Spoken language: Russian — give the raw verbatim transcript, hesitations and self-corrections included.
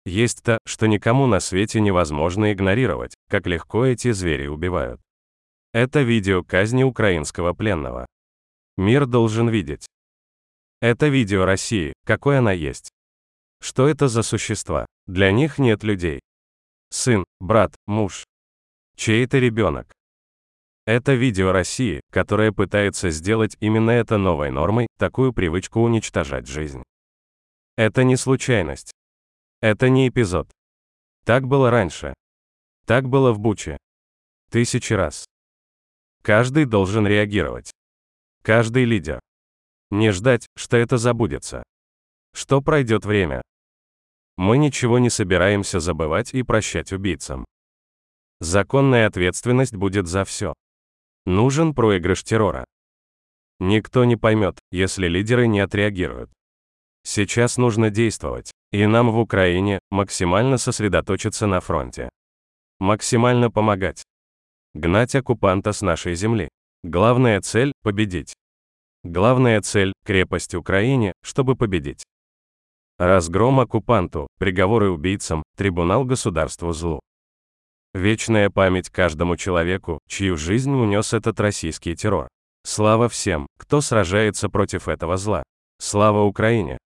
Есть то, что никому на свете невозможно игнорировать, как легко эти звери убивают. Это видео казни украинского пленного. Мир должен видеть. Это видео России, какой она есть. Что это за существа? Для них нет людей. Сын, брат, муж. Чей-то ребенок. Это видео России, которая пытается сделать именно это новой нормой, такую привычку уничтожать жизнь. Это не случайность. Это не эпизод. Так было раньше. Так было в Буче. Тысячи раз. Каждый должен реагировать. Каждый лидер. Не ждать, что это забудется. Что пройдет время. Мы ничего не собираемся забывать и прощать убийцам. Законная ответственность будет за все. Нужен проигрыш террора. Никто не поймет, если лидеры не отреагируют. Сейчас нужно действовать, и нам в Украине максимально сосредоточиться на фронте. Максимально помогать. Гнать оккупанта с нашей земли. Главная цель – победить. Главная цель – крепость Украине, чтобы победить. Разгром оккупанту, приговоры убийцам, трибунал государству злу. Вечная память каждому человеку, чью жизнь унес этот российский террор. Слава всем, кто сражается против этого зла. Слава Украине!